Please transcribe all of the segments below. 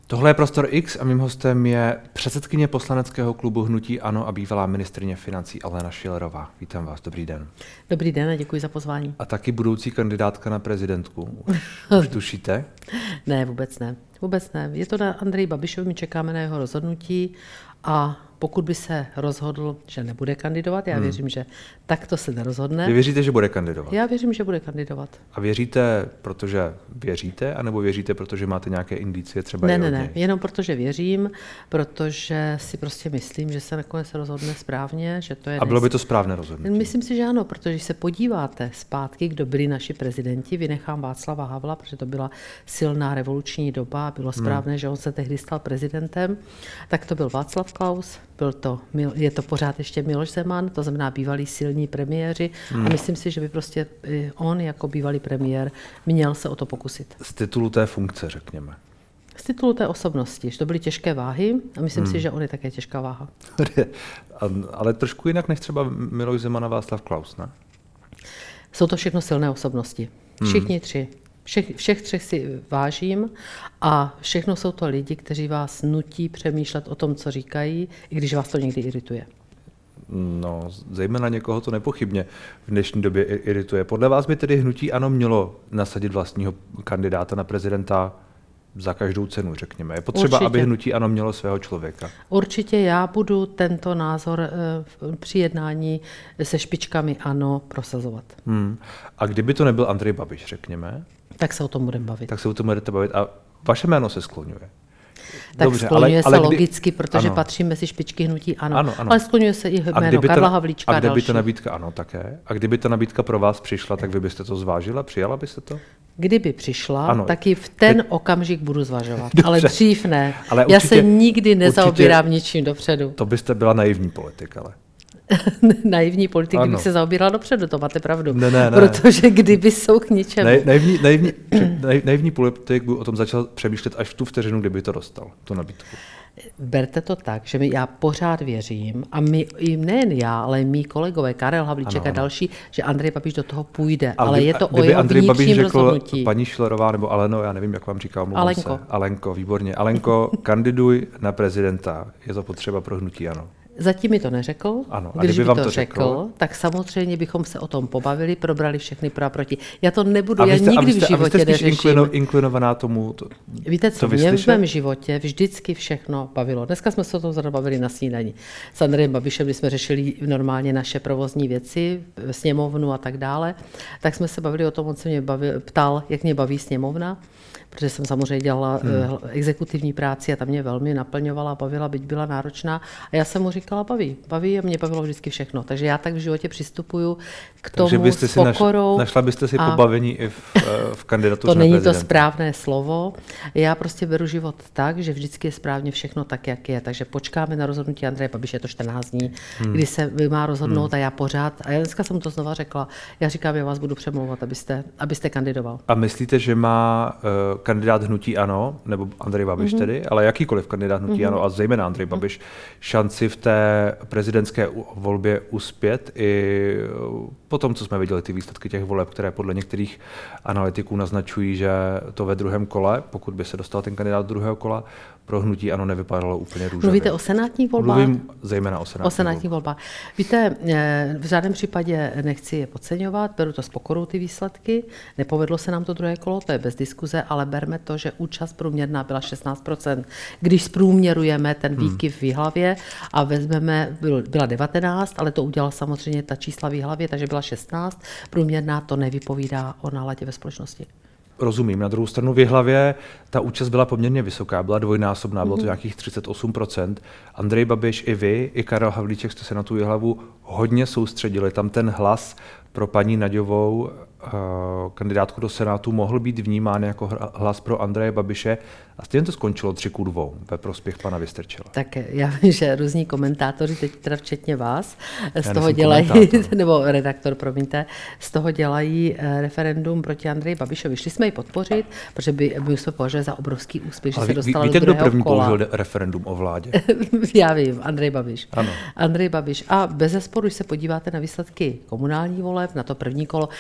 Tohle je Prostor X a mým hostem je předsedkyně poslaneckého klubu Hnutí ANO a bývalá ministryně financí Alena Schillerová. Vítám vás, dobrý den. Dobrý den a děkuji za pozvání. A taky budoucí kandidátka na prezidentku. Už tušíte? Ne, vůbec ne. Vůbec ne. Je to na Andreji Babišovi, my čekáme na jeho rozhodnutí a pokud by se rozhodl, že nebude kandidovat, já věřím, že takto se nerozhodne. Vy věříte, že bude kandidovat? Já věřím, že bude kandidovat. A věříte, protože věříte, anebo věříte, protože máte nějaké indicie třeba Ne, jenom protože věřím, protože si prostě myslím, že se nakonec rozhodne správně, že to je... A bylo by to správné rozhodnutí? Myslím si, že ano, protože když se podíváte zpátky, kdo byli naši prezidenti, vynechám Václava Havla, protože to byla silná revoluční doba a bylo správné, že on se tehdy stal prezidentem, tak to byl Václav Klaus, je to pořád ještě Miloš Zeman, to znamená bývalí silní premiéři a myslím si, že by prostě on jako bývalý premiér měl se o to pokusit. Z titulu té funkce, řekněme. Z titulu té osobnosti, že to byly těžké váhy a myslím si, že on je také těžká váha. Ale trošku jinak než třeba Miloš Zeman a Václav Klaus, ne? Jsou to všechno silné osobnosti. Všichni tři. Všech třech si vážím a všechno jsou to lidi, kteří vás nutí přemýšlet o tom, co říkají, i když vás to někdy irituje. No, zejména někoho to nepochybně v dnešní době irituje. Podle vás by tedy Hnutí ANO mělo nasadit vlastního kandidáta na prezidenta za každou cenu, řekněme. Je potřeba, aby Hnutí ANO mělo svého člověka. Určitě já budu tento názor při jednání se špičkami ANO prosazovat. A kdyby to nebyl Andrej Babiš, řekněme? Tak se o tom budeme bavit. Tak se o tom budete bavit a vaše jméno se skloňuje. Tak dobře, skloňuje se logicky, protože ano. patří mezi špičky Hnutí ANO. Ano. Ale skloňuje se i jméno Karla Havlíčka a kdyby ta nabídka, ano, také. A kdyby ta nabídka pro vás přišla, tak vy byste to zvážila? Přijala byste to? Kdyby přišla, ano. Tak i v ten okamžik budu zvažovat. Ale dřív ne. Ale já se nikdy nezaobírám ničím dopředu. To byste byla naivní politik, ale. Naivní politik, kdybych se zaobírala dopředu, to máte pravdu. Ne. Protože kdyby jsou k ničemu. Naivní politik by o tom začal přemýšlet až v tu vteřinu, kdyby to dostal, tu nabídku. Berte to tak, že já pořád věřím, a nejen já, ale i mý kolegové, Karel Havlíček a další, že Andrej Babiš do toho půjde, ale je to o jeho vnitřním rozhodnutí. Paní Schillerová nebo Aleno, já nevím, jak vám říkám, Alenko, výborně. Alenko, kandiduj na prezidenta, je to potřeba pro Hnutí ANO. Zatím mi to neřekl. Ano, když by to řekl, tak samozřejmě bychom se o tom pobavili, probrali všechny pro a proti. Já to nebudu, já nikdy v životě neřeším. Inklinovaná tomu, víte co, mě v mém životě vždycky všechno bavilo. Dneska jsme se o tom zrovna bavili na snídani. S Andrejem Babišem, když jsme řešili normálně naše provozní věci, sněmovnu a tak dále, tak jsme se bavili o tom, on se mě ptal, jak mě baví sněmovna, protože jsem samozřejmě dělala exekutivní práci a ta mě velmi naplňovala, bavila, byť byla náročná. A já jsem mu říkala, baví a mě bavilo vždycky všechno. Takže já tak v životě přistupuju k tomu s pokorou. Našla byste si pobavení i v kandidatuře to na není to správné slovo. Já prostě beru život tak, že vždycky je správně všechno tak, jak je. Takže počkáme na rozhodnutí Andreje Babiše, je to 14 dní, kdy se má rozhodnout a já pořád, a já dneska jsem to znova řekla, já říkám, já vás budu přemlouvat, abyste kandidoval. A myslíte, že má kandidát Hnutí ANO, nebo Andrej Babiš tedy, ale jakýkoliv kandidát Hnutí ANO a zejména Andrej Babiš, šanci v té prezidentské volbě uspět i po tom, co jsme viděli ty výsledky těch voleb, které podle některých analytiků naznačují, že to ve druhém kole, pokud by se dostal ten kandidát do druhého kola, pro Hnutí ANO nevypadalo úplně růžově. Mluvíte o senátních volbách? Mluvím zejména o senátních volbách. Víte, v žádném případě nechci je podceňovat, beru to s pokorou ty výsledky. Nepovedlo se nám to druhé kolo, to je bez diskuze, ale berme to, že účast průměrná byla 16%. Když zprůměrujeme ten výkyv v Jihlavě a vezmeme, byla 19, ale to udělala samozřejmě ta čísla v Jihlavě, takže byla 16. Průměrná to nevypovídá o náladě ve společnosti. Rozumím. Na druhou stranu v Jihlavě ta účast byla poměrně vysoká, byla dvojnásobná, bylo to nějakých 38%. Andrej Babiš i vy, i Karel Havlíček jste se na tu Jihlavu hodně soustředili. Tam ten hlas pro paní Naďovou, kandidátku do Senátu, mohl být vnímán jako hlas pro Andreje Babiše a stejně to skončilo 3:2 ve prospěch pana Vystrčila. Tak já vím, že různí komentátoři, teď teda včetně vás, z toho dělají, nebo redaktor, promiňte, z toho dělají referendum proti Andreji Babišovi. Šli jsme ji podpořit, protože by jsme považovali za obrovský úspěch, že se dostala do druhého kola. Víte, kdo první použil referendum o vládě? Já vím, Andrej Babiš. Ano. Andrej Babiš. A bezesporu, když se podíváte na výsledky komunálních voleb, na to první kolo, já jsem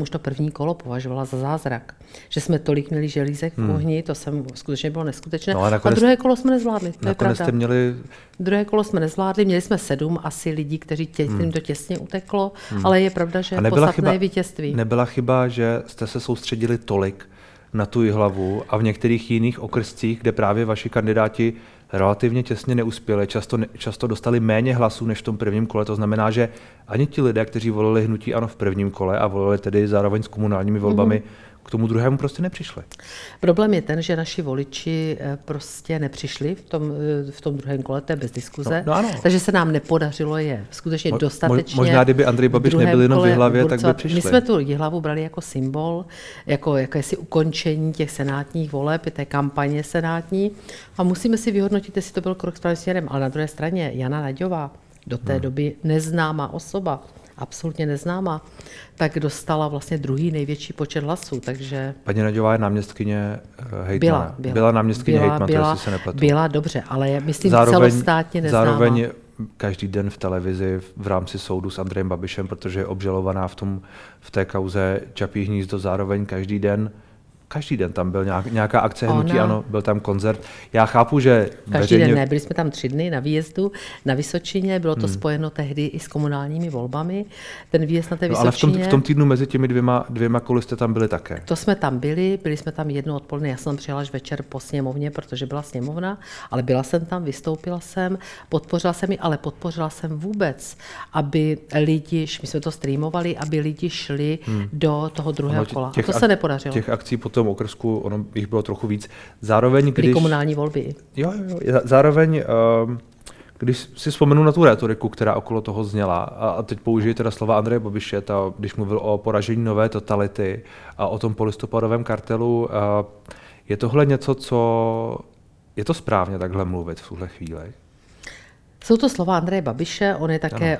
už to první kolo považovala za zázrak. Že jsme tolik měli želízek v ohni, to skutečně bylo neskutečné. No, a druhé kolo jsme nezvládli, to je pravda. Druhé kolo jsme nezvládli, měli jsme 7 asi lidí, kterým to těsně uteklo, ale je pravda, že podstatné je vítězství. Nebyla chyba, že jste se soustředili tolik na tu Jihlavu a v některých jiných okrscích, kde právě vaši kandidáti relativně těsně neuspěli, často dostali méně hlasů než v tom prvním kole. To znamená, že ani ti lidé, kteří volili hnutí ANO v prvním kole a volili tedy zároveň s komunálními volbami, k tomu druhému prostě nepřišli. Problém je ten, že naši voliči prostě nepřišli v tom druhém kole, to je bez diskuze, no, takže se nám nepodařilo je skutečně dostatečně. Možná, kdyby Andrej Babiš nebyl jenom v Jihlavě, tak by přišli. My jsme tu Jihlavu brali jako symbol, jako jakési ukončení těch senátních voleb, té kampaně senátní a musíme si vyhodnotit, jestli to byl krok správným směrem, ale na druhé straně Jana Naďová, do té doby neznámá osoba, absolutně neznámá, tak dostala vlastně druhý největší počet hlasů, takže... Paní Naďová je náměstkyně hejtmana. Byla náměstkyně hejtmana, jestli se nepletu. Byla, dobře, ale já myslím celostátně neznámá. Zároveň každý den v televizi v rámci soudu s Andrejem Babišem, protože je obžalovaná v té kauze Čapí hnízdo, zároveň každý den tam byl nějaká akce hnutí ANO, byl tam koncert. Já chápu, že každý den ne, byli jsme tam 3 dny na výjezdu na Vysočině, bylo to spojeno tehdy i s komunálními volbami. Ten výjezd na té Vysočině... Ale v tom týdnu mezi těmi dvěma koly jste tam byli také. To jsme tam byli jsme tam jedno odpoledne, já jsem přijela až večer po sněmovně, protože byla sněmovna, ale byla jsem tam, vystoupila jsem, podpořila jsem ji, ale podpořila jsem vůbec, aby lidi, my jsme to streamovali, aby lidi šli do toho druhého kola. A to se nepodařilo. Těch akcí po tom okrsku, ono jich bylo trochu víc. Zároveň, když... komunální volby. Jo. Zároveň, když si vzpomenu na tu rétoriku, která okolo toho zněla, a teď použiji teda slova Andreje Babiše, když mluvil o poražení nové totality a o tom polistopadovém kartelu, je tohle něco, je to správně takhle mluvit v tuhle chvíli? Jsou to slova Andreje Babiše, on je také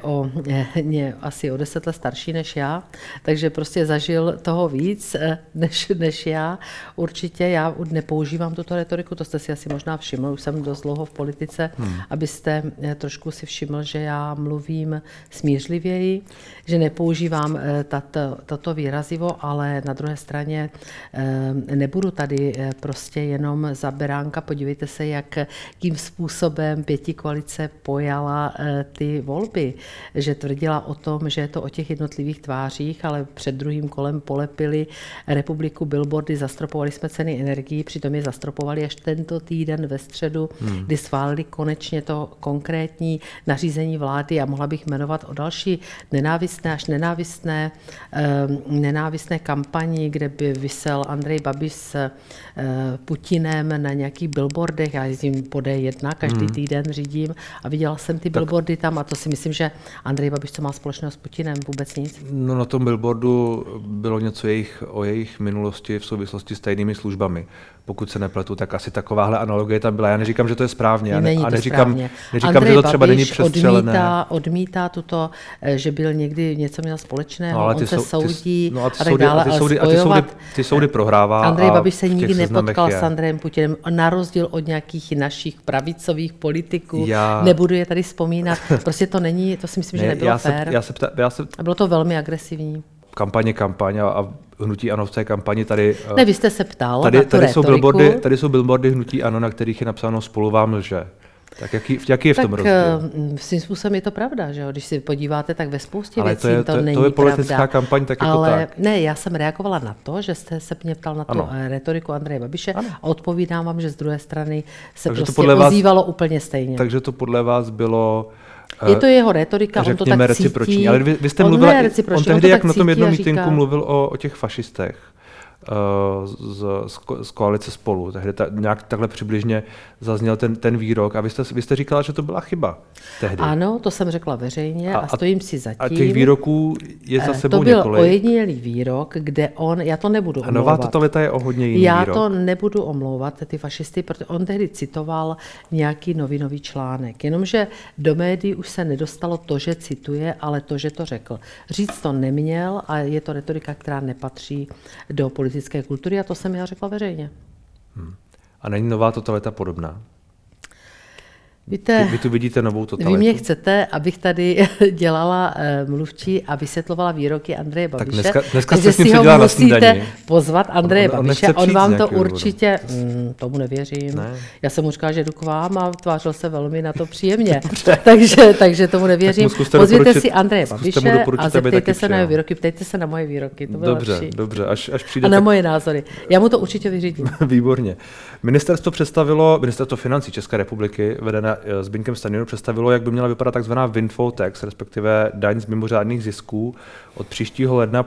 asi o 10 let starší než já, takže prostě zažil toho víc než já. Určitě já nepoužívám tuto retoriku, to jste si asi možná všiml, už jsem dost dlouho v politice, abyste trošku si všiml, že já mluvím smířlivěji, že nepoužívám tato výrazivo, ale na druhé straně nebudu tady prostě jenom za beránka. Podívejte se, jakým způsobem pětikoalice pojala ty volby, že tvrdila o tom, že je to o těch jednotlivých tvářích, ale před druhým kolem polepili republiku billboardy, zastropovali jsme ceny energií, přitom je zastropovali až tento týden ve středu, kdy schválili konečně to konkrétní nařízení vlády a mohla bych jmenovat o další nenávistné až nenávistné kampani, kde by visel Andrej Babiš s Putinem na nějakých billboardech, já jezdím po D1, každý týden řídím a viděla jsem ty billboardy tam a to si myslím, že Andrej Babiš, co má společného s Putinem, vůbec nic. No na tom billboardu bylo něco o jejich minulosti v souvislosti s tajnými službami. Pokud se nepletu, tak asi takováhle analogie tam byla. Já neříkám, že to je správně. Neříkám, že to třeba není přestřelené. Odmítá tuto, že byl někdy něco měl společného, no, on se soudí a tak dále, ty soudy prohrává. Andrej Babiš se nikdy nepotkal s Andrejem Putinem, na rozdíl od nějakých našich pravicových politiků. Nebudu je tady vzpomínat. Prostě to není, to si myslím, že nebylo fér. A bylo to velmi agresivní. Kampaň a hnutí ANO v té kampani tady... Ne, vy jste se ptal na tu rétoriku. Tady jsou billboardy hnutí ANO, na kterých je napsáno Spolu vám lže. Tak jaký je v tom rozdíl? Svým způsobem je to pravda, že jo? Když si podíváte, tak ve spoustě věcí to není to je politická pravda. Kampaň, tak ale jako tak. Ne, já jsem reagovala na to, že jste se mě ptal na tu rétoriku Andreje Babiše a odpovídám vám, že z druhé strany se takže prostě ozývalo úplně stejně. Takže to podle vás bylo... Je to jeho rétorika, on to tak reciproční. cítí. Ale vy jste mluvila, on tehdy, jak na tom jednom mítinku mluvil o těch fašistech z koalice Spolu. Tehdy nějak takhle přibližně zazněl ten výrok a vy jste říkala, že to byla chyba tehdy. Ano, to jsem řekla veřejně a stojím si za tím. A těch výroků je za sebou několik. To byl ojedinělý výrok, kde já to nebudu omlouvat. A nová totalita je o hodně jiný výrok. Já to nebudu omlouvat, ty fašisty, protože on tehdy citoval nějaký novinový článek. Jenomže do médií už se nedostalo to, že cituje, ale to, že to řekl. Říct to neměl a je to retorika, která nepatří do politické kultury a to jsem já řekla veřejně. A není nová totalita podobná? Víte, vy tu vidíte novou totalitu. Vy mě chcete, abych tady dělala mluvčí a vysvětlovala výroky Andreje Babiše. Tak dneska takže si ho musíte pozvat Andreje Babiše. On vám to určitě... tomu nevěřím. Ne. Já jsem mu říkala, že jdu k vám a tvářil se velmi na to příjemně. takže tomu nevěřím. Pozvěte si Andreje Babiše a zeptejte se na jeho výroky. Ptejte se na moje výroky. To bylo dobře. Až přijde. A na moje názory. Já mu to určitě vyřídím. Výborně. Ministerstvo financí České republiky, vedené Zbyňkem Stanjurou, představilo, jak by měla vypadat takzvaná windfall tax, respektive daň z mimořádných zisků. Od příštího ledna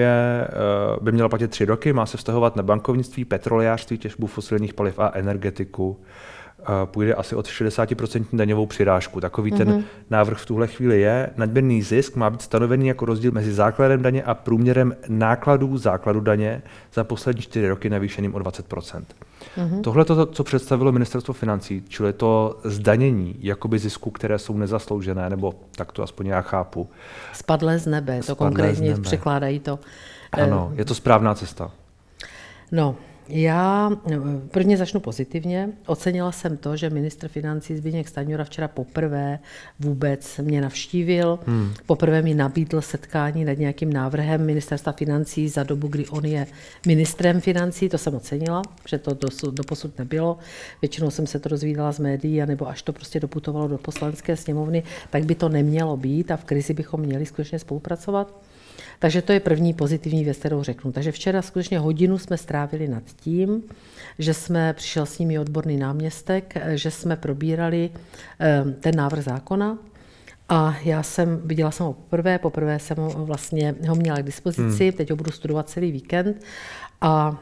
by měla platit 3 roky, má se vztahovat na bankovnictví, petrolejářství, těžbu fosilních paliv a energetiku. Půjde asi od 60% daňovou přirážku. Takový ten návrh v tuhle chvíli je. Nadměrný zisk má být stanovený jako rozdíl mezi základem daně a průměrem nákladů základu daně za poslední 4 roky navýšeným o 20%. Tohle to, co představilo Ministerstvo financí, čili to zdanění jakoby zisků, které jsou nezasloužené, nebo tak to aspoň já chápu. Spadlé z nebe, to konkrétně překládají to. Ano, je to správná cesta. No, já prvně začnu pozitivně. Ocenila jsem to, že ministr financí Zbyněk Stanjura včera poprvé vůbec mě navštívil. Poprvé mi nabídl setkání nad nějakým návrhem ministerstva financí za dobu, kdy on je ministrem financí. To jsem ocenila, že to doposud nebylo. Většinou jsem se to dozvídala z médií, anebo až to prostě doputovalo do Poslanecké sněmovny, tak by to nemělo být a v krizi bychom měli skutečně spolupracovat. Takže to je první pozitivní věc, kterou řeknu. Takže včera skutečně hodinu jsme strávili nad tím, že přišel s nimi odborný náměstek, že jsme probírali ten návrh zákona a viděla jsem ho poprvé jsem ho měla k dispozici, teď ho budu studovat celý víkend a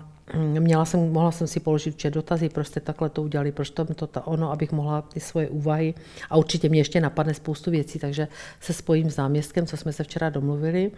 mohla jsem si položit určitě dotazy, proč jste takhle to udělali, proč ono, abych mohla ty svoje úvahy a určitě mě ještě napadne spoustu věcí, takže se spojím s náměstkem, co jsme se včera domluvili.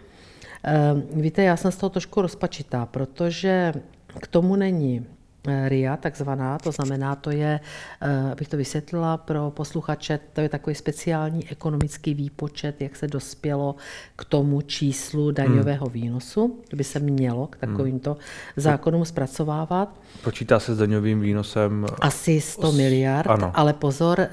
Víte, já jsem z toho trošku rozpačitá, protože k tomu není RIA takzvaná, to znamená, to je, abych to vysvětlila pro posluchače, to je takový speciální ekonomický výpočet, jak se dospělo k tomu číslu daňového výnosu, kdyby se mělo k takovýmto zákonům zpracovávat. Počítá se s daňovým výnosem? Asi 100 miliard, ano. Ale pozor,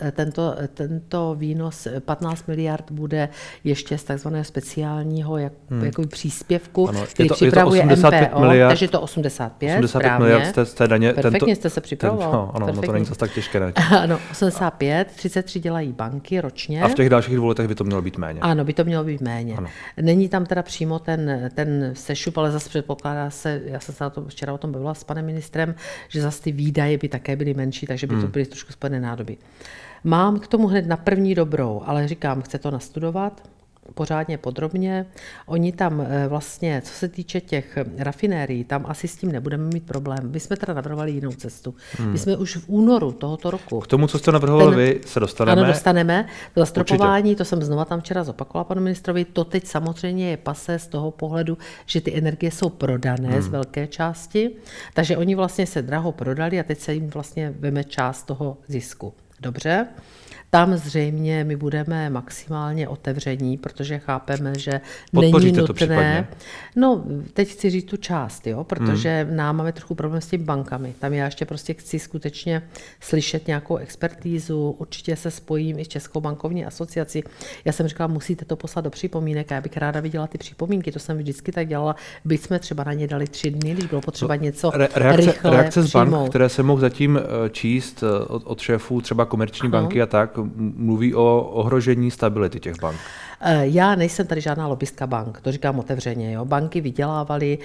tento výnos 15 miliard bude ještě z takzvaného speciálního jakoby příspěvku, ano, který připravuje MPO, miliard, takže to 85 85 miliard z té daně. Perfektně jste se připravoval. Ano, to není zase tak těžké. Ne? Ano, 85, 33 dělají banky ročně. A v těch dalších 2 letech by to mělo být méně. Ano, by to mělo být méně. Ano. Není tam teda přímo ten sešup, ale zase předpokládá se, já jsem se na to včera o tom bavila s panem ministrem, že zase ty výdaje by také byly menší, takže by to byly trošku spojené nádoby. Mám k tomu hned na první dobrou, ale říkám, chce to nastudovat pořádně podrobně. Oni tam vlastně, co se týče těch rafinérií, tam asi s tím nebudeme mít problém. My jsme teda navrhovali jinou cestu. My jsme už v únoru tohoto roku. K tomu, co jste navrhovali vy, se dostaneme. Ano, dostaneme. To zastropování, to jsem znova tam včera zopakovala panu ministrovi, to teď samozřejmě je pasé z toho pohledu, že ty energie jsou prodané z velké části, takže oni vlastně se draho prodali a teď se jim vlastně veme část toho zisku. Dobře. Tam zřejmě my budeme maximálně otevření, protože chápeme, že není nutné. No, teď chci říct tu část, jo, protože máme trochu problém s těmi bankami. Tam já ještě prostě chci skutečně slyšet nějakou expertízu, určitě se spojím i s Českou bankovní asociací. Já jsem říkala, musíte to poslat do připomínek a já bych ráda viděla ty připomínky, to jsem vždycky tak dělala, byť jsme třeba na ně dali 3 dny, když bylo potřeba něco rychle reakce z bank, které se mohou zatím číst od šéfů třeba Komerční banky a tak, mluví o ohrožení stability těch bank. Já nejsem tady žádná lobbystka bank, to říkám otevřeně. Jo. Banky vydělávaly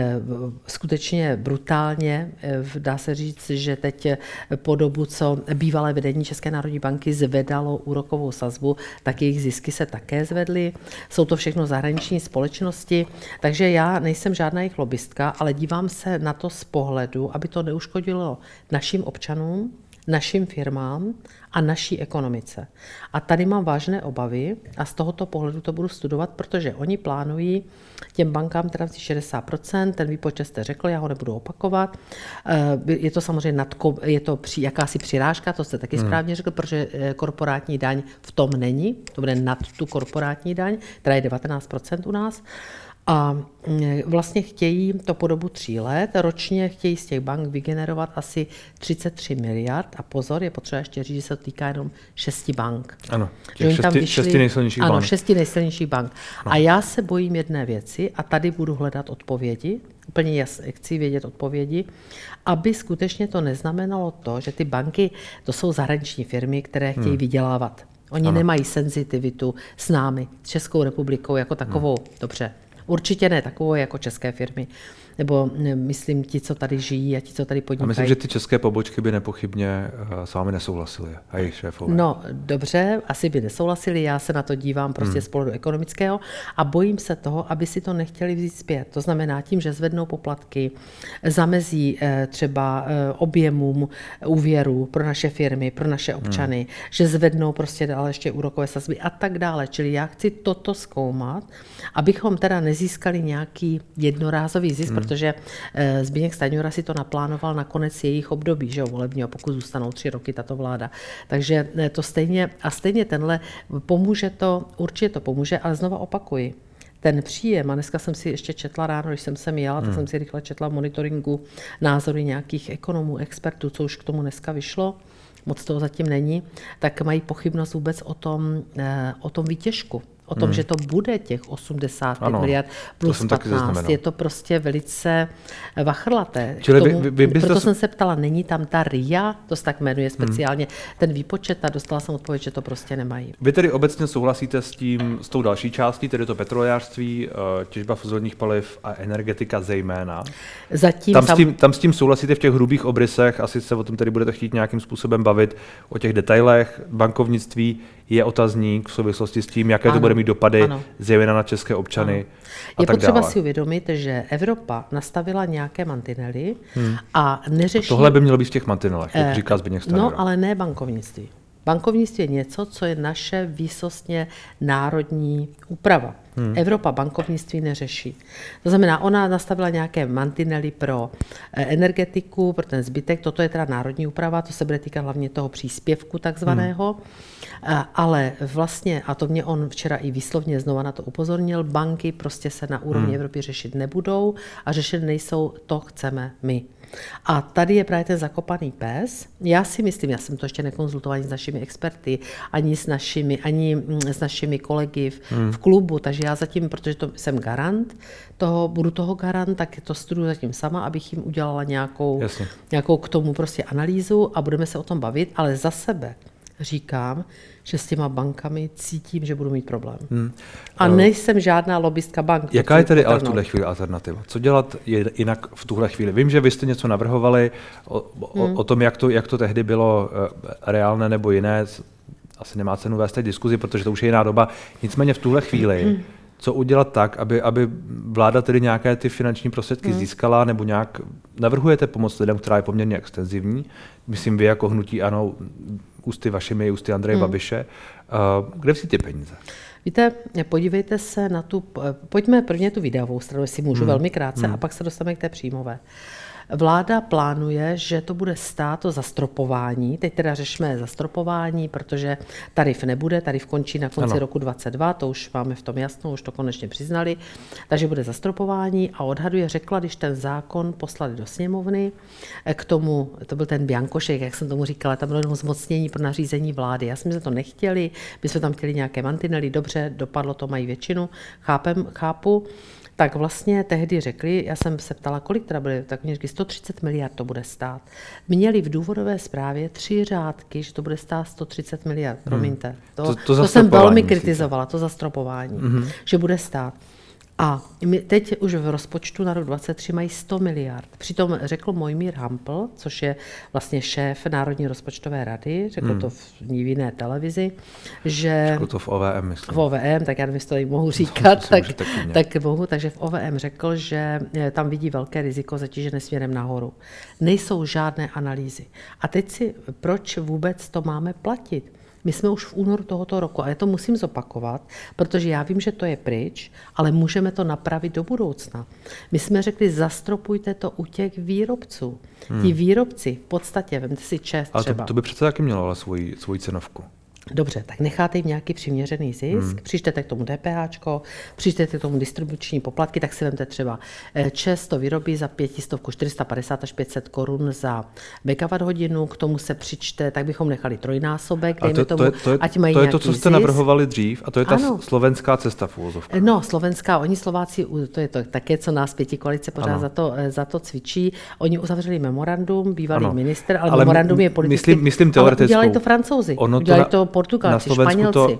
skutečně brutálně. Dá se říct, že teď po dobu, co bývalé vedení České národní banky zvedalo úrokovou sazbu, tak jejich zisky se také zvedly. Jsou to všechno zahraniční společnosti, takže já nejsem žádná jejich lobbystka, ale dívám se na to z pohledu, aby to neuškodilo našim občanům, našim firmám a naší ekonomice. A tady mám vážné obavy a z tohoto pohledu to budu studovat, protože oni plánují těm bankám teda 60%, ten výpočet jste řekl, já ho nebudu opakovat. Je to samozřejmě jakási přirážka, to jste taky správně řekl, protože korporátní daň v tom není, to bude nad tu korporátní daň, která je 19% u nás. A vlastně chtějí to po dobu 3 let, ročně chtějí z těch bank vygenerovat asi 33 miliard a pozor, je potřeba ještě říct, že se to týká jenom 6 bank. Ano, těch 6 nejsilnějších bank. Ano, 6 nejsilnějších bank. No. A já se bojím jedné věci a tady budu hledat odpovědi, úplně jasně, chci vědět odpovědi, aby skutečně to neznamenalo to, že ty banky, to jsou zahraniční firmy, které chtějí vydělávat. Oni nemají senzitivitu s námi, s Českou republikou jako takovou, dobře. Určitě ne takovou jako české firmy. Nebo myslím ti, co tady žijí a ti, co tady podnikají. A myslím, že ty české pobočky by nepochybně s vámi nesouhlasily a jejich šéfové. No dobře, asi by nesouhlasili, já se na to dívám prostě z pohledu ekonomického a bojím se toho, aby si to nechtěli vzít zpět. To znamená tím, že zvednou poplatky, zamezí třeba objemům úvěru pro naše firmy, pro naše občany, že zvednou prostě dále ještě úrokové sazby a tak dále. Čili já chci toto zkoumat, abychom teda nezískali nějaký jednorázový zisk, protože Zbyněk Stanjura si to naplánoval na konec jejich období, že jo, volebního, pokud zůstanou 3 roky tato vláda. Takže to stejně tenhle pomůže to, určitě to pomůže, ale znova opakuji. Ten příjem, a dneska jsem si ještě četla ráno, když jsem sem jela, tak jsem si rychle četla v monitoringu názory nějakých ekonomů, expertů, co už k tomu dneska vyšlo, moc toho zatím není, tak mají pochybnost vůbec o tom výtěžku. O tom, že to bude těch 85 miliard plus 15, je to prostě velice vachrlaté. Proto jsem se ptala, není tam ta RIA, to se tak jmenuje speciálně, ten výpočet, a dostala jsem odpověď, že to prostě nemají. Vy tedy obecně souhlasíte s tou další částí, tedy to petrolejářství, těžba fosilních paliv a energetika zejména. Tam s tím souhlasíte v těch hrubých obrysech, asi se o tom tedy budete chtít nějakým způsobem bavit, o těch detailech. Bankovnictví je otazník v souvislosti s tím, jaké to bude mít dopady, zejména na české občany. Je potřeba si uvědomit, že Evropa nastavila nějaké mantinely a neřeší... Tohle by mělo být v těch mantinelech, jak říká Zbyněk Stanjura. No, ale ne bankovnictví. Bankovnictví je něco, co je naše výsostně národní úprava. Evropa bankovnictví neřeší. To znamená, ona nastavila nějaké mantinely pro energetiku, pro ten zbytek, toto je teda národní úprava, to se bude týkat hlavně toho příspěvku takzvaného, ale vlastně, a to mě on včera i výslovně znova na to upozornil, banky prostě se na úrovni Evropy řešit nebudou a řešit nejsou, to chceme my. A tady je právě ten zakopaný pes. Já si myslím, já jsem to ještě nekonzultovala ani s našimi experty, ani s našimi kolegy v klubu, takže já zatím, protože to jsem garant, budu toho garant, tak to studuju zatím sama, abych jim udělala nějakou k tomu prostě analýzu a budeme se o tom bavit, ale za sebe říkám, že s těma bankami cítím, že budu mít problém. A nejsem žádná lobbystka bank. Jaká je tedy ale v tuhle chvíli alternativa? Co dělat jinak v tuhle chvíli? Vím, že vy jste něco navrhovali o tom, jak to tehdy bylo reálné nebo jiné. Asi nemá cenu vést teď diskuzi, protože to už je jiná doba. Nicméně v tuhle chvíli, co udělat tak, aby vláda tedy nějaké ty finanční prostředky získala, nebo nějak navrhujete pomoc lidem, která je poměrně extenzivní? Myslím, vy jako hnutí ANO, ústy vašimi, ústy Andreje Babiše. Kde vzít ty peníze? Víte, podívejte se na pojďme prvně tu výdajovou stranu, jestli můžu velmi krátce, a pak se dostaneme k té příjmové. Vláda plánuje, že to bude stát to zastropování. Teď teda řešíme zastropování, protože tarif nebude, tarif končí na konci roku 2022, to už máme v tom jasno, už to konečně přiznali, takže bude zastropování a odhaduje, řekla, když ten zákon poslali do sněmovny, k tomu, to byl ten biankošek, jak jsem tomu říkala, tam bylo jenom zmocnění pro nařízení vlády. Já jsme to nechtěli, my jsme tam chtěli nějaké mantinely, dobře, dopadlo to, mají většinu, chápu. Tak vlastně tehdy řekli, já jsem se ptala, kolik teda bude, tak mě řekli, 130 miliard to bude stát. Měli v důvodové zprávě 3 řádky, že to bude stát 130 miliard, promiňte. To jsem velmi kritizovala, to zastropování, že bude stát. A teď už v rozpočtu na rok 2023 mají 100 miliard. Přitom řekl Mojmír Hampl, což je vlastně šéf Národní rozpočtové rady, řekl to v jiné televizi, že... Řekl to v OVM, myslím. V OVM, tak já nevím, jestli to mohu říkat, tak mohu. Takže v OVM řekl, že tam vidí velké riziko zatížené směrem nahoru. Nejsou žádné analýzy. A teď proč vůbec to máme platit? My jsme už v únoru tohoto roku a já to musím zopakovat, protože já vím, že to je pryč, ale můžeme to napravit do budoucna. My jsme řekli, zastropujte to u těch výrobců. Ti výrobci v podstatě, vemte si ČEZ třeba. Ale to by přece taky mělo ale svoji cenovku. Dobře, tak necháte jim nějaký přiměřený zisk, přičtete k tomu DPHčko, přičtete k tomu distribuční poplatky, tak si vemte třeba ČEZ to vyrobí za 500, 450 až 500 korun za megawatt hodinu, k tomu se přičte, tak bychom nechali trojnásobek, dejme tomu, ať mají to je nějaký to, co jste zisk. navrhovali dřív, a to je ta slovenská cesta v uvozovkách. No, slovenská, oni Slováci, to je to také, co nás pětikoalice pořád za to cvičí. Oni uzavřeli memorandum, bývalý minister, ale memorandum je politicky. Myslím teoretickou. Ale udělali to Francouzi, udělali to Portugalci, Španělci.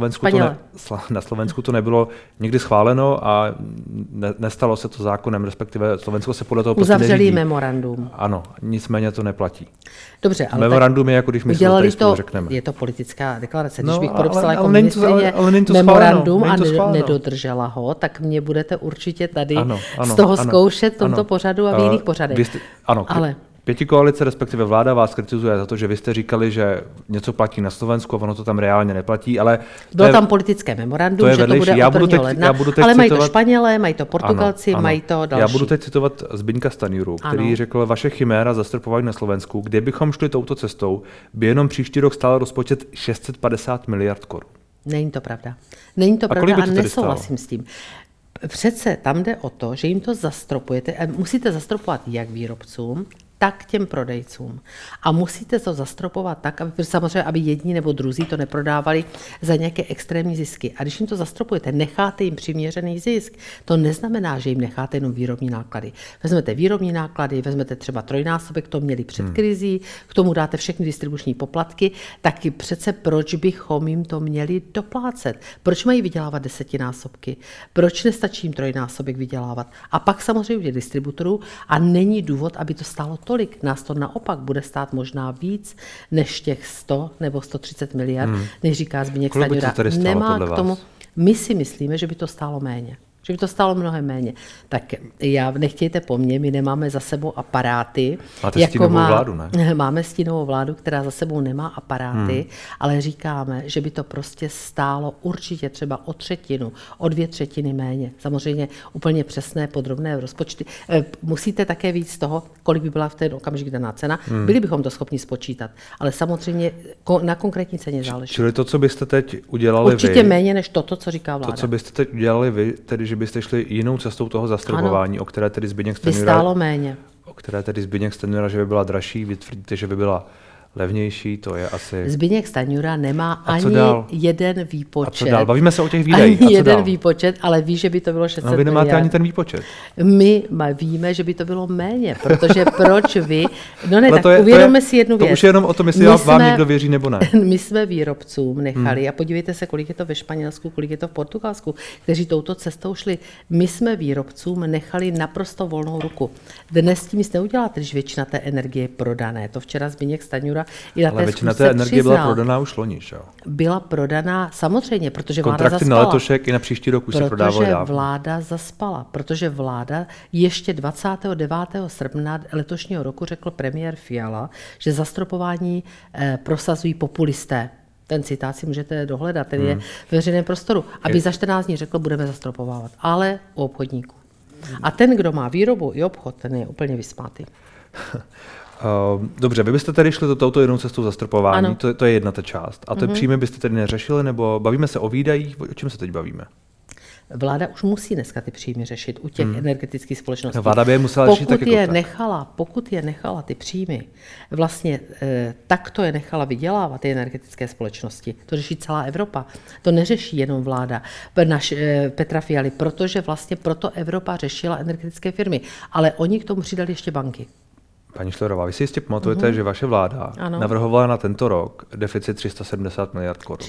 Na Slovensku to nebylo nikdy schváleno a nestalo se to zákonem, respektive Slovensko se podle toho prostě uzavřeli memorandum. Ano, nicméně to neplatí. Dobře, ale memorandum je jako když my udělali to řekneme. Je to politická deklarace. Když bych podepsala jako ministryně memorandum a nedodržela ho, tak mě budete určitě tady z toho zkoušet v tomto pořadu a v jiných pořadech. Ale pětikoalice, respektive vláda vás kritizuje za to, že vy jste říkali, že něco platí na Slovensku a ono to tam reálně neplatí, ale bylo tam politické memorandum, že to bude od 1. ledna, ale mají to Španělé, mají to Portugalci, mají to další. Já budu teď citovat Zbyňka Stanjuru, který řekl, vaše chiméra zastropování na Slovensku, kdybychom šli touto cestou, by jenom příští rok stálo rozpočet 650 miliard korun. Není to pravda. Není to pravda a nesouhlasím s tím. Přece tam jde o to, že jim to zastropujete a musíte zastropovat jak výrobcům, tak těm prodejcům. A musíte to zastropovat tak, aby samozřejmě, aby jedni nebo druzí to neprodávali za nějaké extrémní zisky. A když jim to zastropujete, necháte jim přiměřený zisk, to neznamená, že jim necháte jenom výrobní náklady. Vezmete výrobní náklady, vezmete třeba trojnásobek, to měli před krizí, k tomu dáte všechny distribuční poplatky, taky přece proč bychom jim to měli doplácet? Proč mají vydělávat desetinásobky? Proč nestačí jim trojnásobek vydělávat? A pak samozřejmě distributorů a není důvod, aby to stálo tolik. Nás to naopak bude stát možná víc než těch 100 nebo 130 miliard, než říká Zbyněk Stanjura. Nemá k tomu. My si myslíme, že by to stálo méně. Že by to stálo mnohem méně. Tak nechtějte po mně, my nemáme za sebou aparáty. Máte stínovou vládu, ne? Máme stínovou vládu, která za sebou nemá aparáty, ale říkáme, že by to prostě stálo určitě třeba o třetinu, o 2/3 méně. Samozřejmě úplně přesné podrobné rozpočty. Musíte také víc z toho, kolik by byla v ten okamžik daná cena. Byli bychom to schopni spočítat, ale samozřejmě na konkrétní ceně záleží. Čili to, co byste teď udělali určitě méně než to, co říká vláda. To, co byste teď udělali vy, tedy že byste šli jinou cestou toho zastropování, o které tedy Zbyněk Stanjura... Vystálo méně. O které tedy Zbyněk Stanjura, že by byla dražší, vy tvrdíte, že by byla levnější, to je asi... Zbyněk Stanjura nemá ani jeden výpočet. A co dál? Bavíme se o těch výdajích. Ani jeden výpočet, ale ví, že by to bylo 600 miliard. No vy nemáte ani ten výpočet. My víme, že by to bylo méně, protože proč vy... No ne, tak uvědomme si jednu věc. To už je jenom o tom, jestli vám někdo věří nebo ne. My jsme výrobcům nechali, a podívejte se, kolik je to ve Španělsku, kolik je to v Portugalsku, kteří touto cestou šli. My jsme výrobcům nechali naprosto volnou ruku. Dnes s tím nic neuděláte, když většina té energie je prodané. To včera Zbyněk Stanjura ale většina té energie byla prodaná už loni, že jo? Byla prodaná samozřejmě, protože vláda kontrakty zaspala. Na letošek i na příští rok už se prodávaly dávno. Protože vláda zaspala, protože vláda ještě 29. srpna letošního roku řekl premiér Fiala, že zastropování prosazují populisté. Ten citát si můžete dohledat, ten je v veřejném prostoru. Aby za 14 dní řekl, budeme zastropovávat, ale u obchodníků. A ten, kdo má výrobu i obchod, ten je úplně vysmátý. Dobře, vy byste tady šli touto jinou cestou zastropování, to je jedna ta část. A ty příjmy byste tedy neřešili, nebo bavíme se o výdajích, o čem se teď bavíme? Vláda už musí dneska ty příjmy řešit u těch energetických společností. No, vláda by je musela řešit taky pokud je nechala ty příjmy, vlastně takto je nechala vydělávat ty energetické společnosti. To řeší celá Evropa. To neřeší jenom vláda Petra Fialy, protože vlastně proto Evropa řešila energetické firmy. Ale oni k tomu přidali ještě banky. Paní Schillerová, vy si jistě pamatujete, že vaše vláda navrhovala na tento rok deficit 370 miliard korun.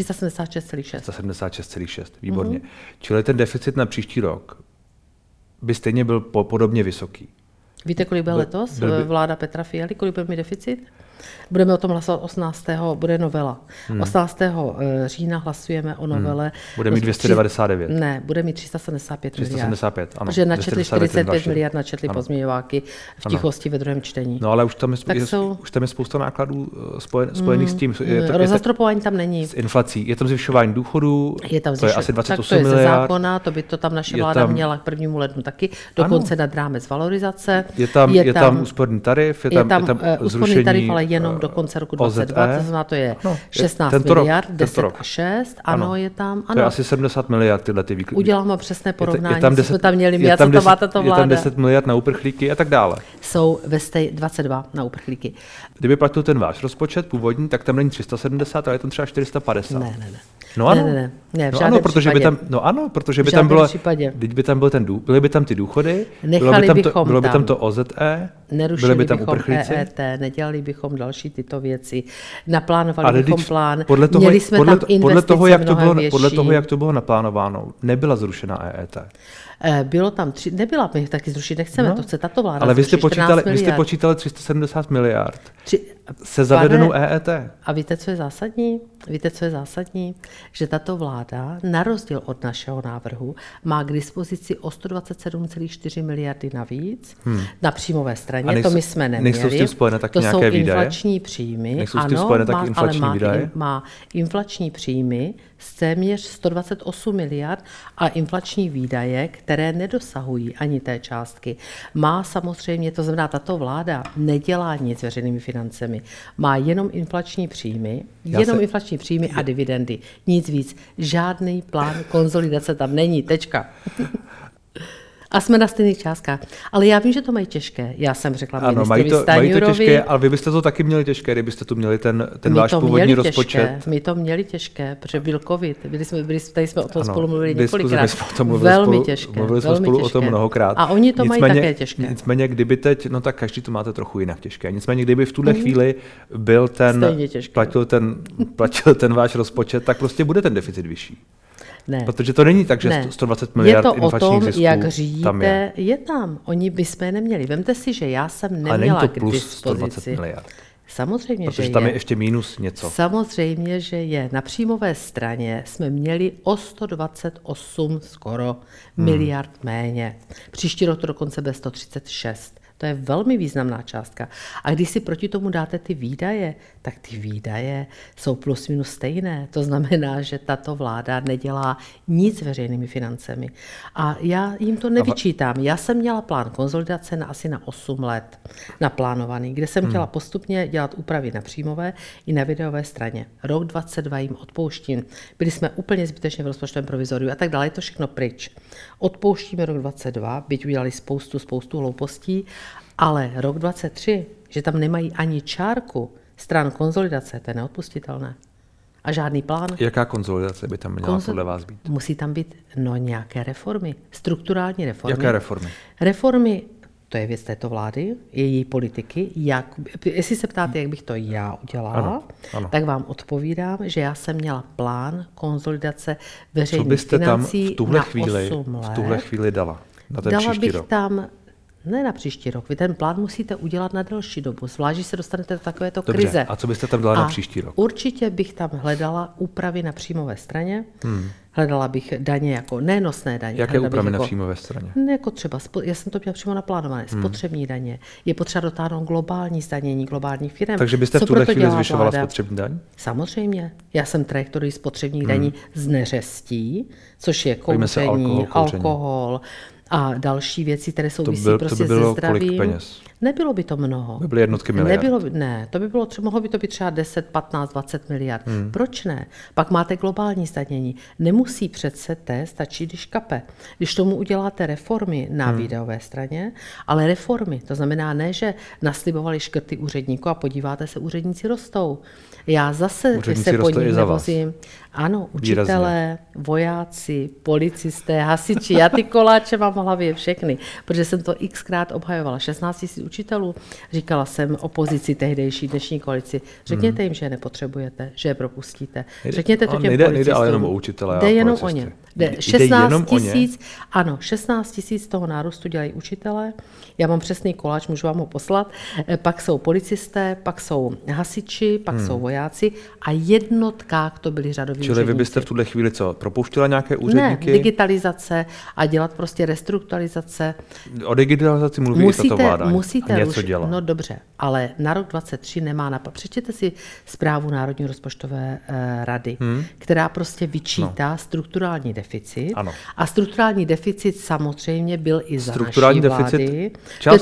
376,6. Výborně. Čili ten deficit na příští rok by stejně byl podobně vysoký. Víte, kolik byl letos vláda Petra Fialy? Kolik bude mít deficit? Budeme o tom hlasovat 18. bude novela. 18. října hlasujeme o novele. Bude mít 299. Ne, bude mít 375 miliard. 375, ano. Protože načetli 45 miliard, načetli pozměňováky v tichosti ve druhém čtení. No ale už tam je spousta nákladů spojených s tím. Rozastropování tam není. S inflací. Je tam zvyšování důchodů, to je asi 28 to je miliard. Ze zákona, to by to tam naše vláda měla k 1. lednu taky, dokonce nad rámec valorizace. Je tam úsporný tarif, je tam úsporný tarif, ale jenom do konce roku 2022, to znamená, to je 16 miliard, 10 a 6, ano, je tam. Ano. To je asi 70 miliard tyhle ty výklady. Udělám vám přesné porovnání, co jsme tam měli my a co to má tato vláda. Je tam 10 miliard na uprchlíky a tak dále. Jsou 22 na uprchlíky. Kdyby platil ten váš rozpočet původní, tak tam není 370, ale je tam třeba 450. Ne. No ano. Ne, v žádném případě. Protože by tam bylo, když by tam byl byly by tam ty důchody, bylo by tam to OZE, byly by tam uprchlíci. EET, nedělali bychom další tyto věci, naplánovali bychom plán, měli jsme tam investice mnohem větší. Podle toho, jak to bylo naplánováno, nebyla zrušena EET. Bylo tam nebyla, my taky zrušit nechceme, to chce tato vláda. Ale vy jste počítali 370 miliard se zavedenou EET. A víte, co je zásadní? Že tato vláda, na rozdíl od našeho návrhu, má k dispozici o 127,4 miliardy navíc na příjmové straně, to my jsme neměli. Nejsou s tím spojené taky to nějaké jsou výdaje? Inflační příjmy, Má inflační příjmy z téměř 128 miliard a inflační výdaje, které nedosahují ani té částky. Má samozřejmě, to znamená, tato vláda nedělá nic s veřejnými financemi, má jenom inflační příjmy, a dividendy, nic víc. Žádný plán konsolidace tam není, tečka. A jsme na stejných částkách. Ale já vím, že to mají těžké. Já jsem řekla ministrovi Stanjurovi. Mají to těžké, ale vy byste to taky měli těžké, kdybyste tu měli ten váš původní rozpočet. My to měli těžké, protože byl covid. Tady jsme o tom spolu mluvili několikrát. Velmi těžké. Mluvili jsme spolu o tom mnohokrát. A oni to mají také těžké. Nicméně, kdyby teď, tak každý to máte trochu jinak těžké. Nicméně, kdyby v tuhle chvíli byl platil ten váš rozpočet, tak prostě bude ten deficit vyšší. Ne. Protože to není tak, že 120 miliard inflačních zisků jak řídíte, tam je. Je tam. Oni bychom je neměli. Vemte si, že já jsem neměla ale není to k plus dispozici. 120 miliard. Samozřejmě, protože že tam je ještě mínus něco. Samozřejmě, že je. Na příjmové straně jsme měli o 128 skoro miliard méně. Příští rok to dokonce bude 136. To je velmi významná částka. A když si proti tomu dáte ty výdaje, tak ty výdaje jsou plus minus stejné. To znamená, že tato vláda nedělá nic s veřejnými financemi. A já jim to nevyčítám. Já jsem měla plán konsolidace asi na 8 let naplánovaný, kde jsem chtěla postupně dělat úpravy na příjmové i na výdajové straně. Rok 2022 jim odpouštím. Byli jsme úplně zbytečně v rozpočtovém provizoriu a tak dále. Je to všechno pryč. Odpouštíme rok 2022, byť udělali spoustu hloupostí, ale rok 2023, že tam nemají ani čárku stran konsolidace, to je neodpustitelné. A žádný plán. Jaká konsolidace by tam měla podle vás být? Musí tam být nějaké reformy, strukturální reformy. Jaké reformy? Reformy, to je věc této vlády, její politiky. Jestli se ptáte, jak bych to já udělala, ano. Tak vám odpovídám, že já jsem měla plán konsolidace veřejných financí na 8 let. Co byste tam v tuhle chvíli dala na ten příští rok? Tam ne na příští rok. Vy ten plán musíte udělat na delší dobu, zvlášť, že se dostanete do takovéto krize. A co byste tam dala na příští rok? Určitě bych tam hledala úpravy na příjmové straně. Hledala bych daně jako nenosné daně. Jaké úpravy na příjmové straně? Jako třeba, já jsem to měla přímo naplánované, spotřební daně. Je potřeba dotáhnout globální zdanění globálních firm. Takže byste v tuhle chvíli zvyšovala spotřební daň? Samozřejmě. Já jsem trajektorii spotřebních daní z neřestí, což je kouření, alkohol a další věci, které souvisí prostě se zdravím. Kolik peněz? Nebylo by to mnoho. By byly jednotky miliard. To by bylo mohlo by to být třeba 10, 15, 20 miliard. Proč ne? Pak máte globální zdanění. Nemusí přece stačí, když kape. Když tomu uděláte reformy na výdajové straně, ale reformy, to znamená ne, že naslibovali škrty úředníků a podíváte se, úředníci rostou. Já zase se pod nich nevozím. Ano, učitelé, vojáci, policisté, hasiči, já ty koláče mám v hlavě všechny, protože jsem to xkrát obhajovala. 16 000 učitelů. Říkala jsem opozici tehdejší dnešní koalici, řekněte jim, že je nepotřebujete, že je propustíte. Řekněte to těm policistům. Nejde ale jenom o učitele. Jde jenom o ně. 16 000, ano, 16 000 toho nárůstu dělají učitelé. Já mám přesný koláč, můžu vám ho poslat. Pak jsou policisté, pak jsou hasiči, pak jsou vojáci a jednotkách to byli řadoví úředníci. Čili vy byste v tuhle chvíli co? Propouštěla nějaké úředníky? Ne, digitalizace a dělat prostě restrukturalizace. O digitalizaci mluví i tato vláda. Musíte a něco dělat. No dobře, ale na rok 2023 nemá přečtěte si zprávu Národní rozpočtové rady, která prostě vyčítá strukturální deficit. Ano. A strukturální deficit samozřejmě byl i za strukturální naší deficit, vlády.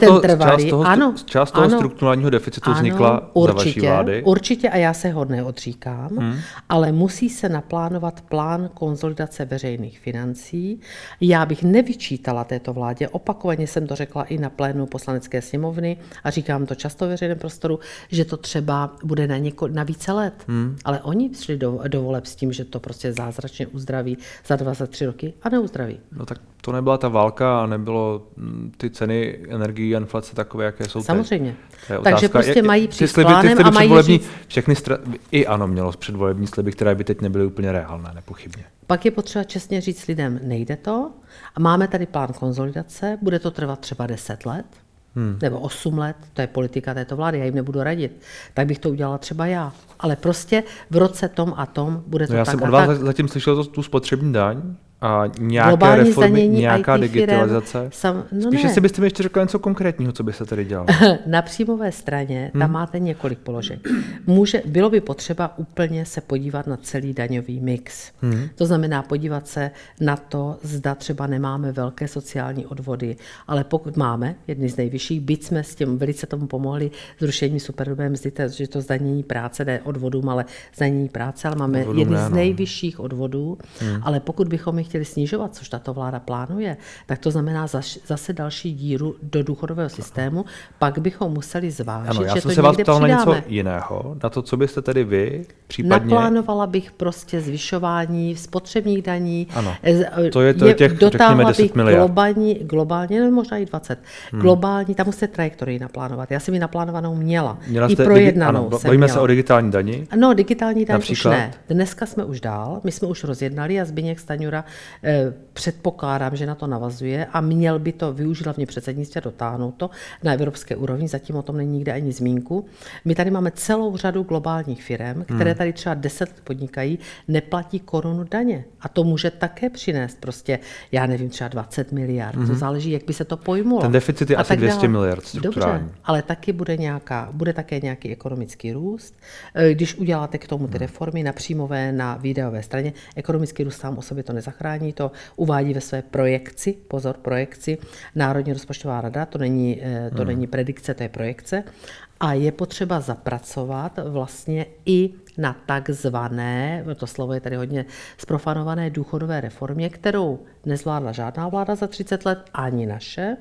Část toho strukturálního deficitu vznikla za vaší vlády. Určitě a já se ho neodříkám, ale musí se naplánovat plán konsolidace veřejných financí. Já bych nevyčítala této vládě, opakovaně jsem to řekla i na plénu Poslanecké sněmovny a říkám to často v veřejném prostoru, že to třeba bude na více let. Ale oni šli do voleb s tím, že to prostě zázračně uzdraví za 23 roky a neuzdraví. No tak to nebyla ta válka a nebylo ty ceny energií a inflace takové, jaké jsou samozřejmě. Takže prostě mají přijít s plánem a mají říct... Všechny i ANO mělo předvolební sliby, které by teď nebyly úplně reálné, nepochybně. Pak je potřeba čestně říct lidem, nejde to. A máme tady plán konsolidace, bude to trvat třeba 10 let, nebo 8 let, to je politika této vlády, já jim nebudu radit. Tak bych to udělala třeba já. Ale prostě v roce tom a tom bude to tak a tak. Já jsem od vás zatím slyšel tu spotřební daň a nějaké reformy, nějaká digitalizace. Spíše si byste mi ještě řekla něco konkrétního, co by se tady dělalo. Na příjmové straně tam máte několik položek. Bylo by potřeba úplně se podívat na celý daňový mix. To znamená podívat se na to, zda třeba nemáme velké sociální odvody, ale pokud máme jedny z nejvyšších, byť jsme s tím velice tomu pomohli zrušení superhrubé mzdy, že to zdanění práce jde odvodům, ale zdanění práce, ale máme jedny z nejvyšších odvodů, ale pokud bychom chtěli snižovat, což tato vláda plánuje, tak to znamená zase další díru do důchodového systému, pak bychom museli zvážit, ano, že to někde přidáme. Já jsem se vás ptal na něco jiného, na to, co byste tedy vy případně... Naplánovala bych prostě zvyšování spotřebních daní, ano, to je těch, řekněme, 10 miliard. Globálně, nebo možná i 20. Globální, tam musíte trajektorii naplánovat. Já jsem ji naplánovanou měla i jste projednanou. Bavíme se o digitální dani? No, digitální daň například? Už ne. Dneska jsme už dál, my jsme už rozjednali a Zbyněk Stanjura předpokládám, že na to navazuje a měl by to využít hlavně předsednictví a dotáhnout to na evropské úrovni, zatím o tom není nikde ani zmínku. My tady máme celou řadu globálních firm, které tady třeba 10 let podnikají, neplatí korunu daně a to může také přinést prostě, já nevím, třeba 20 miliard, to záleží, jak by se to pojmulo. Ten deficit je asi 200 miliard strukturální. Dobře, ale taky bude také nějaký ekonomický růst. Když uděláte k tomu ty reformy na příjmové, na výdajové straně, ekonomický růst sám o sobě to nezachrání, to uvádí ve své projekci, pozor, projekci Národní rozpočtová rada, to není predikce, to je projekce. A je potřeba zapracovat vlastně i na takzvané, to slovo je tady hodně zprofanované, důchodové reformě, kterou nezvládla žádná vláda za 30 let, ani naše,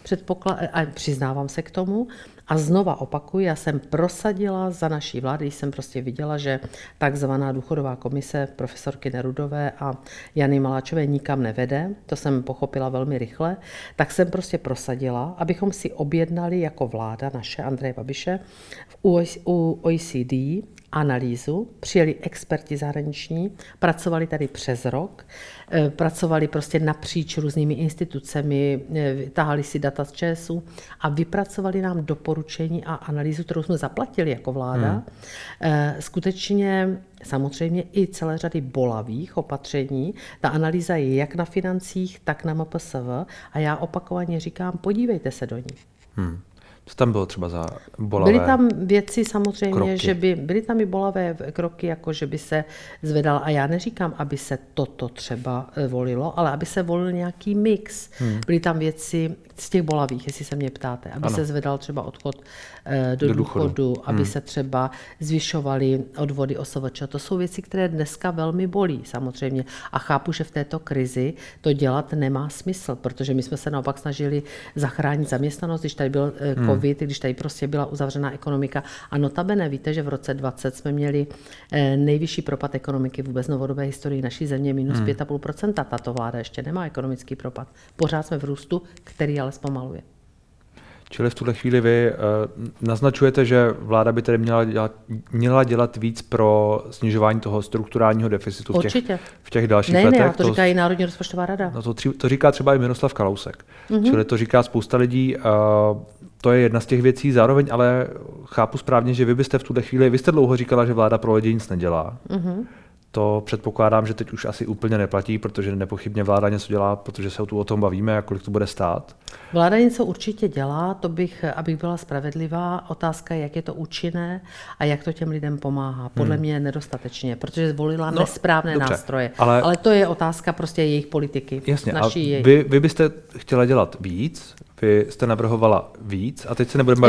a přiznávám se k tomu. A znova opakuju, já jsem prosadila za naší vlády, když jsem prostě viděla, že takzvaná důchodová komise profesorky Nerudové a Jany Maláčové nikam nevede, to jsem pochopila velmi rychle, tak jsem prostě prosadila, abychom si objednali jako vláda naše Andreje Babiše u OECD analýzu, přijeli experti zahraniční, pracovali tady přes rok, pracovali prostě napříč různými institucemi, tahali si data z ČSU a vypracovali nám doporučení a analýzu, kterou jsme zaplatili jako vláda. Skutečně samozřejmě i celé řady bolavých opatření. Ta analýza je jak na financích, tak na MPSV a já opakovaně říkám, podívejte se do ní. Co tam bylo třeba za bolavé Byly tam věci samozřejmě, kroky? Že byly tam i bolavé kroky, jako že by se zvedal, a já neříkám, aby se toto třeba volilo, ale aby se volil nějaký mix. Byly tam věci z těch bolavých, jestli se mě ptáte, aby se zvedal třeba odchod do důchodu, aby se třeba zvyšovaly odvody OSVČ. To jsou věci, které dneska velmi bolí samozřejmě. A chápu, že v této krizi to dělat nemá smysl, protože my jsme se naopak snažili zachránit zaměstnanost, když tady byl covid, když tady prostě byla uzavřená ekonomika. A notabene víte, že v roce 2020 jsme měli nejvyšší propad ekonomiky vůbec novodobé historii naší země, minus 5,5%. Tato vláda ještě nemá ekonomický propad. Pořád jsme v růstu, který ale zpomaluje. Čili v tuhle chvíli vy naznačujete, že vláda by tedy měla dělat víc pro snižování toho strukturálního deficitu v těch dalších letech. Ne, to říká i Národní rozpočtová rada. No to říká třeba i Miroslav Kalousek. Čili to říká spousta lidí. To je jedna z těch věcí, zároveň ale chápu správně, že vy byste v tuhle chvíli, vy jste dlouho říkala, že vláda pro lidi nic nedělá. To předpokládám, že teď už asi úplně neplatí, protože nepochybně vláda něco dělá, protože se o tom bavíme a kolik to bude stát. Vláda něco určitě dělá, abych byla spravedlivá. Otázka je, jak je to účinné a jak to těm lidem pomáhá. Podle mě nedostatečně, protože zvolila nesprávné nástroje. Ale to je otázka prostě jejich politiky. Jasně, vy byste chtěla dělat víc, vy jste navrhovala víc a teď se nebudeme...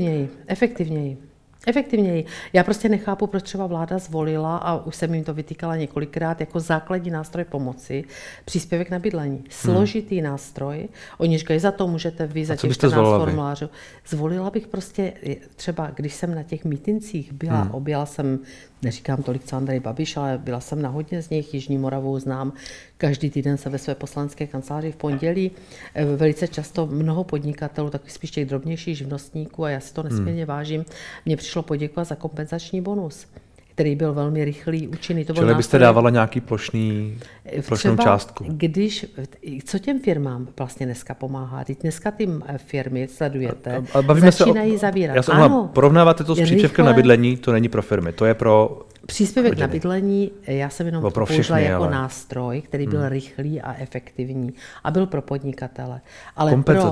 Efektivněji. Já prostě nechápu, proč třeba vláda zvolila, a už jsem jim to vytýkala několikrát, jako základní nástroj pomoci, příspěvek na bydlení. Složitý nástroj. Oni říkají, za to můžete vy, za těch 14 formulářů. Zvolila bych prostě třeba, když jsem na těch mítincích byla, objela jsem, neříkám tolik, co Andrej Babiš, ale byla jsem na hodně z nich, Jižní Moravu znám, každý týden se ve své poslanecké kanceláři v pondělí, velice často mnoho podnikatelů, taky spíš těch drobnějších živnostníků, a já si to nesmírně vážím, mě přišlo poděkovat za kompenzační bonus, který byl velmi rychlý, účinný. Čili byste dávala nějaký plošnou částku? Co těm firmám vlastně dneska pomáhá? Teď dneska ty firmy, sledujete, začínají zavírat. Porovnáváte to s příspěvkem na bydlení, to není pro firmy, to je pro příspěvek na bydlení, já jsem jenom použila jako nástroj, který byl rychlý a efektivní a byl pro podnikatele. Ale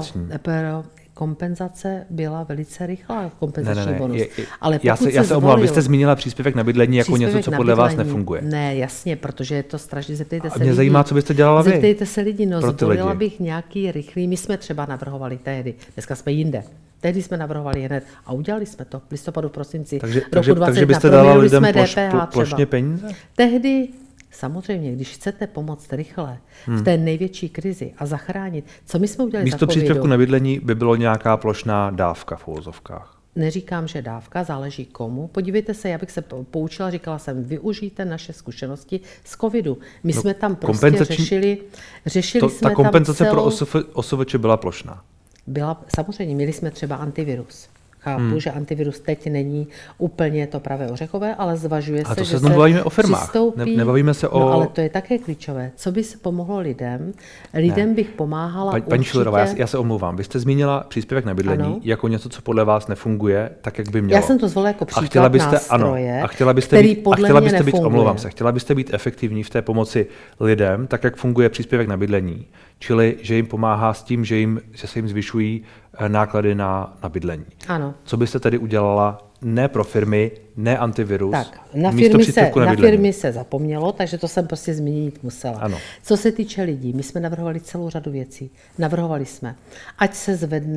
pro kompenzace byla velice rychlá, kompenzační bonus. Ale já se omlouvám, vy jste zmínila příspěvek na bydlení jako něco, co podle vás nefunguje. Ne, jasně, protože je to strašně, zeptejte se lidí. Mě zajímá, co byste dělala vy. Zeptejte se lidí, zvolila bych nějaký rychlý, my jsme třeba navrhovali tehdy, dneska jsme jinde. Tehdy jsme navrhovali hned a udělali jsme to v listopadu, prosinci roku 2021. Takže byste dala lidem plošně peníze? Tehdy samozřejmě, když chcete pomoct rychle v té největší krizi a zachránit, co my jsme udělali místo příspěvku na bydlení by bylo nějaká plošná dávka v uvozovkách. Neříkám, že dávka, záleží komu. Podívejte se, já bych se poučila, říkala jsem, využijte naše zkušenosti z covidu. My jsme tam prostě řešili jsme ta kompenzace pro OSVČ byla plošná. Samozřejmě, měli jsme třeba antivirus. Chápu, že antivirus teď není úplně to pravé ořechové, ale zvažuje se, že se bavíme o firmách. Nebavíme se o... No, ale to je také klíčové. Co by se pomohlo lidem? Lidem bych pomáhala Paní Schillerová, já se omlouvám. Vy jste zmínila příspěvek na bydlení jako něco, co podle vás nefunguje tak, jak by mělo. Já jsem to zvolila jako příklad nástroje, který podle mě nefunguje. Omlouvám se, chtěla byste být efektivní v té pomoci lidem, tak jak funguje příspěvek na bydlení. Čili, že jim pomáhá s tím, že se jim zvyšují náklady na bydlení. Ano. Co byste tedy udělala ne pro firmy, ne antivirus, tak, na firmy se zapomnělo, takže to jsem prostě zmínit musela. Ano. Co se týče lidí, my jsme navrhovali celou řadu věcí. Navrhovali jsme, ať se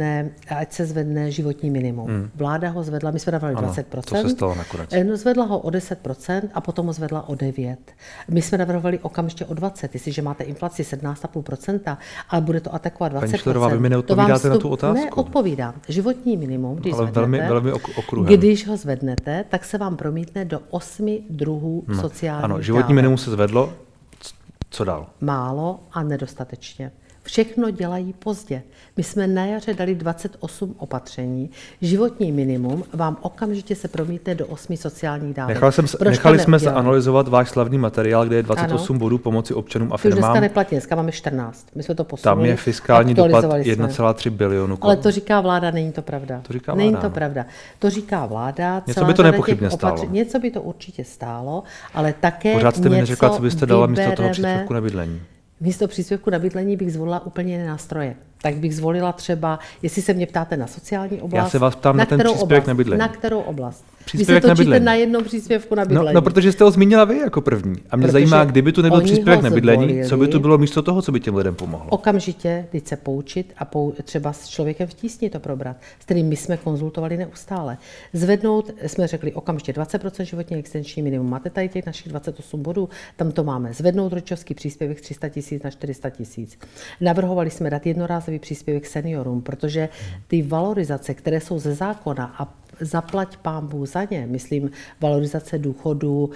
zvedne životní minimum. Vláda ho zvedla, my jsme navrhovali 20%. To se stalo nakonec. Zvedla ho o 10% a potom ho zvedla o 9%. My jsme navrhovali okamžitě o 20%, jestliže máte inflaci 17,5%, ale bude to atakovat 20%. Paní Schillerová, vy mi neodpovídáte na tu otázku. Ne, odpovídám. Životní minimum, když ale zvednete, velmi okruhem. Když ho zvednete, tak se vám promítne do 8 druhů sociálních dávek. Ano, životní minimum se zvedlo. Co dál? Málo a nedostatečně. Všechno dělají pozdě. My jsme na jaře dali 28 opatření. Životní minimum vám okamžitě se promítne do 8 sociálních dávek. Nechali jsme se analyzovat váš slavný materiál, kde je 28 bodů pomoci občanům a firmám. Už dneska neplatí, dneska máme 14. My jsme to posunuli. Tam je fiskální dopad 1,3 bilionu korun. Ale to říká vláda, není to pravda. Není to pravda. To říká vláda. Něco by to nepochybně stálo. Něco by to určitě stálo, ale také pořád jste mi neřekla, co byste dala místo toho příspěvku na bydlení. Místo příspěvku na bydlení bych zvolila úplně jiné nástroje. Tak bych zvolila třeba, jestli se mě ptáte na sociální oblast. Já se vás ptám na ten příspěvek na bydlení. Na kterou oblast? Příspěvek vy se točíte na jednom příspěvku na bydlení. No, protože jste ho zmínila vy jako první. A mě zajímá, kdyby tu nebyl příspěvek na bydlení, co by tu bylo místo toho, co by těm lidem pomohlo. Okamžitě jít se poučit a třeba s člověkem v tísni to probrat, s kterým my jsme konzultovali neustále. Zvednout, jsme řekli okamžitě 20% životní existenční minimum. Máte tady těch našich 28 bodů, tam to máme. Zvednout rodičovský příspěvek z 300 000 na 400 000. Navrhovali jsme dát jednorázový příspěvek seniorům, protože ty valorizace, které jsou ze zákona a zaplať pánbůh za ně, myslím valorizace důchodů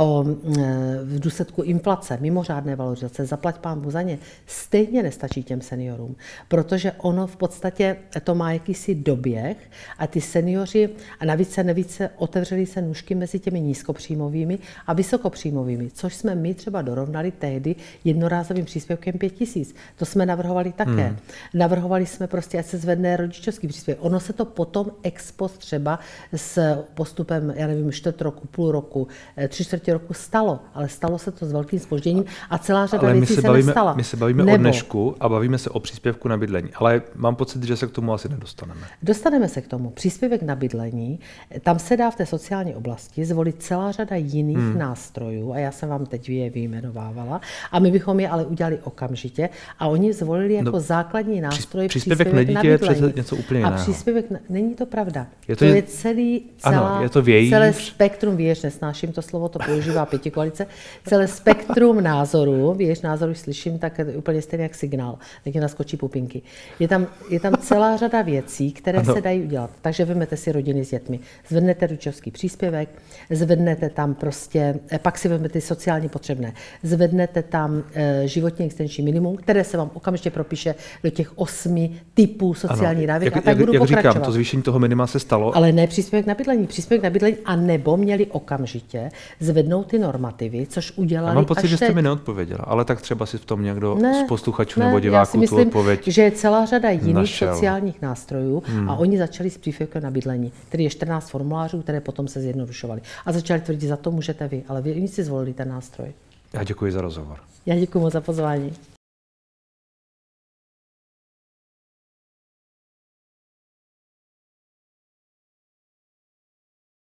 v důsledku inflace, mimořádné valorizace, zaplať pánbůh za ně, stejně nestačí těm seniorům, protože ono v podstatě to má jakýsi doběh a ty seniori a navíc otevřely se nůžky mezi těmi nízkopříjmovými a vysokopříjmovými, což jsme my třeba dorovnali tehdy jednorázovým příspěvkem 5 000. To jsme navrhovali také. Navrhovali jsme prostě, ať se zvedne rodičovský příspěvek. Ono se to potom ex post třeba třeba s postupem, já nevím, čtvrt roku, půl roku, 3/4 roku stalo, ale stalo se to s velkým zpožděním a celá řada věcí se nestala. My se bavíme o dnešku a bavíme se o příspěvku na bydlení, ale mám pocit, že se k tomu asi nedostaneme. Dostaneme se k tomu. Příspěvek na bydlení, tam se dá v té sociální oblasti zvolit celá řada jiných nástrojů a já jsem vám teď je vyjmenovávala a my bychom je ale udělali okamžitě a oni zvolili jako základní nástroj příspěvek na dítě je přece něco úplně jiného. A příspěvek, není to pravda. To je celé spektrum, věř, nesnáším to slovo, to používá pětikoalice, celé spektrum názorů, věř, názor už slyším, tak je úplně stejný jak signál, tak mě naskočí pupinky. Je tam celá řada věcí, které se dají udělat. Takže vezmete si rodiny s dětmi, zvednete rodičovský příspěvek, zvednete tam prostě, pak si vezmete sociální potřebné, zvednete tam životní existenční minimum, které se vám okamžitě propíše do těch 8 typů sociální dávek a tak budu pokračovat. Říkám, to zvýšení toho minima se stalo. Ale ne příspěvek na bydlení, a nebo měli okamžitě zvednout ty normativy, což udělali. Já mám pocit, že jste teď. mi neodpověděla, ale tak třeba si v tom někdo z posluchačů nebo diváků já si myslím, tu odpověď že je celá řada jiných našel. Sociálních nástrojů a oni začali s příspěvkem na bydlení, který je 14 formulářů, které potom se zjednodušovaly. A začali tvrdit, za to můžete vy, ale vy si zvolili ten nástroj. Já děkuji za rozhovor. Já děkuji moc za pozvání.